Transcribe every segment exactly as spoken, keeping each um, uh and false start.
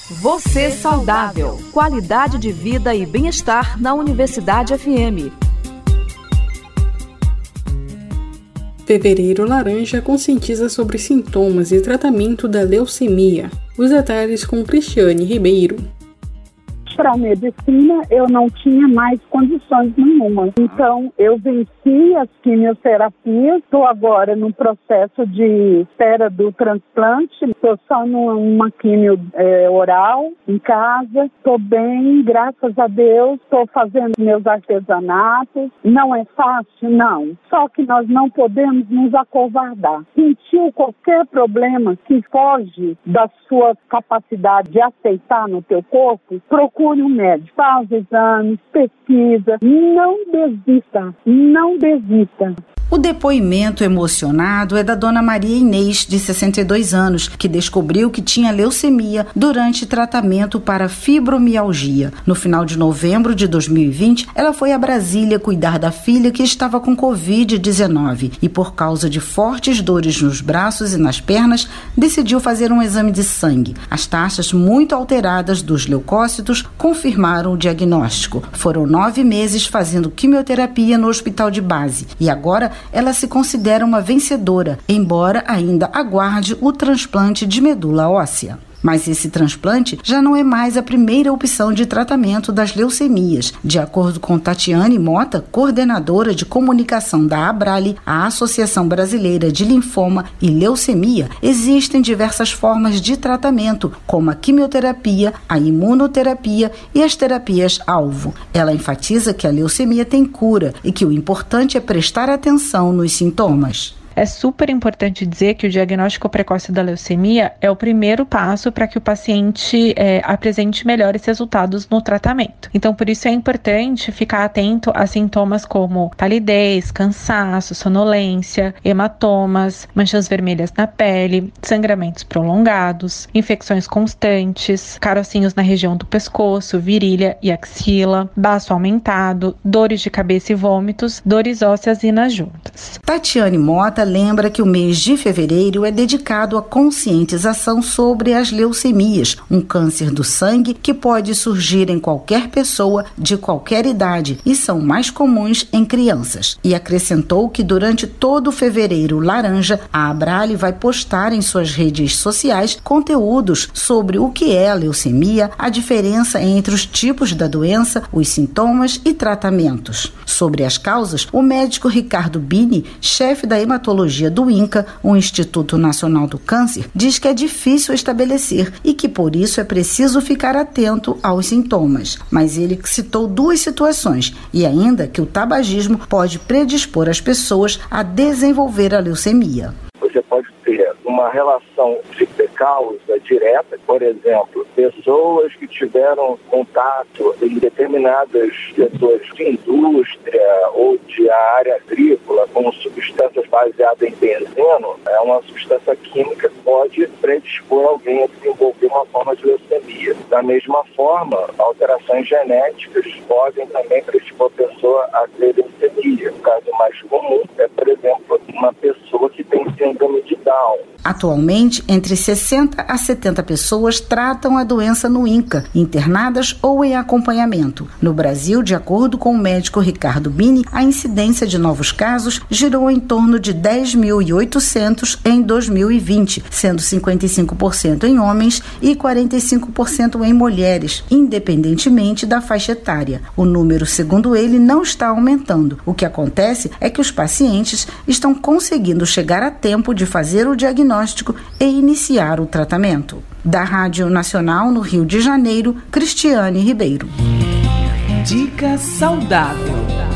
Você saudável. Qualidade de vida e bem-estar na Universidade F M. Fevereiro Laranja conscientiza sobre sintomas e tratamento da leucemia. Os detalhes com Cristiane Ribeiro. Para a medicina, eu não tinha mais condições nenhuma. Então, eu venci as quimioterapias. Estou agora no processo de espera do transplante. Estou só numa quimio é, oral, em casa. Estou bem, graças a Deus. Estou fazendo meus artesanatos. Não é fácil? Não. Só que nós não podemos nos acovardar. Sentiu qualquer problema que foge da sua capacidade de aceitar no teu corpo, procure um médico, faz exames, pesquisa, não desista, não desista. O depoimento emocionado é da dona Maria Inês, de sessenta e dois anos, que descobriu que tinha leucemia durante tratamento para fibromialgia. No final de novembro de dois mil e vinte, ela foi a Brasília cuidar da filha que estava com covid dezenove e, por causa de fortes dores nos braços e nas pernas, decidiu fazer um exame de sangue. As taxas muito alteradas dos leucócitos confirmaram o diagnóstico. Foram nove meses fazendo quimioterapia no hospital de base e agora ela se considera uma vencedora, embora ainda aguarde o transplante de medula óssea. Mas esse transplante já não é mais a primeira opção de tratamento das leucemias. De acordo com Tatiane Mota, coordenadora de comunicação da Abrali, a Associação Brasileira de Linfoma e Leucemia, existem diversas formas de tratamento, como a quimioterapia, a imunoterapia e as terapias-alvo. Ela enfatiza que a leucemia tem cura e que o importante é prestar atenção nos sintomas. É super importante dizer que o diagnóstico precoce da leucemia é o primeiro passo para que o paciente é, apresente melhores resultados no tratamento. Então, por isso é importante ficar atento a sintomas como palidez, cansaço, sonolência, hematomas, manchas vermelhas na pele, sangramentos prolongados, infecções constantes, carocinhos na região do pescoço, virilha e axila, baço aumentado, dores de cabeça e vômitos, dores ósseas e nas juntas. Tatiane Mota lembra que o mês de fevereiro é dedicado à conscientização sobre as leucemias, um câncer do sangue que pode surgir em qualquer pessoa de qualquer idade e são mais comuns em crianças. E acrescentou que durante todo o fevereiro laranja, a Abrali vai postar em suas redes sociais conteúdos sobre o que é a leucemia, a diferença entre os tipos da doença, os sintomas e tratamentos. Sobre as causas, o médico Ricardo Bini, chefe da hematologia do INCA, o Instituto Nacional do Câncer, diz que é difícil estabelecer e que por isso é preciso ficar atento aos sintomas. Mas ele citou duas situações e ainda que o tabagismo pode predispor as pessoas a desenvolver a leucemia. Você pode ter uma relação de causa direta, por exemplo, pessoas que tiveram contato em determinadas setores de indústria ou de área agrícola com substâncias baseadas em benzeno, é uma substância química que pode predispor alguém a desenvolver uma forma de leucemia. Da mesma forma, alterações genéticas podem também predispor a pessoa a ter leucemia. O caso mais comum é, por exemplo, uma pessoa que tem síndrome de Down. Atualmente, entre sessenta a setenta pessoas tratam a doença no INCA, internadas ou em acompanhamento. No Brasil, de acordo com o médico Ricardo Bini, a incidência de novos casos girou em torno de dez mil e oitocentos em dois mil e vinte, sendo cinquenta e cinco por cento em homens e quarenta e cinco por cento em mulheres, independentemente da faixa etária. O número, segundo ele, não está aumentando. O que acontece é que os pacientes estão conseguindo chegar a tempo de fazer o diagnóstico e iniciar o tratamento. Da Rádio Nacional no Rio de Janeiro, Cristiane Ribeiro. Dica saudável.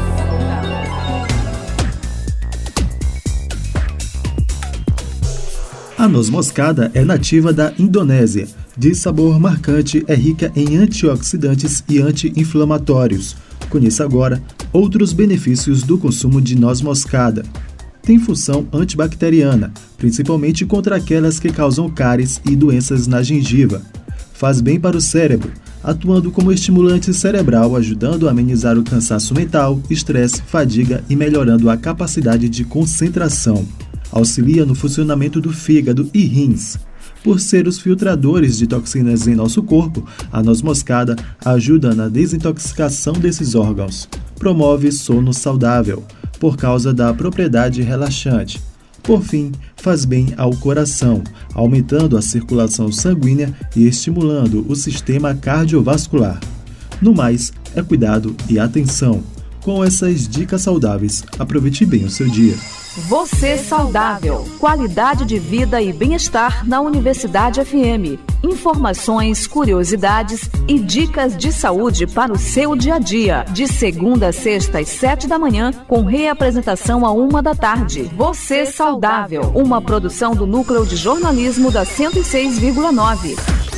A noz moscada é nativa da Indonésia. De sabor marcante, é rica em antioxidantes e anti-inflamatórios. Conheça agora outros benefícios do consumo de noz moscada. Tem função antibacteriana, principalmente contra aquelas que causam cáries e doenças na gengiva. Faz bem para o cérebro, atuando como estimulante cerebral, ajudando a amenizar o cansaço mental, estresse, fadiga e melhorando a capacidade de concentração. Auxilia no funcionamento do fígado e rins. Por ser os filtradores de toxinas em nosso corpo, a noz moscada ajuda na desintoxicação desses órgãos. Promove sono saudável, por causa da propriedade relaxante. Por fim, faz bem ao coração, aumentando a circulação sanguínea e estimulando o sistema cardiovascular. No mais, é cuidado e atenção. Com essas dicas saudáveis, aproveite bem o seu dia. Você Saudável. Qualidade de vida e bem-estar na Universidade F M. Informações, curiosidades e dicas de saúde para o seu dia a dia. De segunda a sexta às sete da manhã, com reapresentação à uma da tarde. Você Saudável. Uma produção do Núcleo de Jornalismo da cento e seis vírgula nove.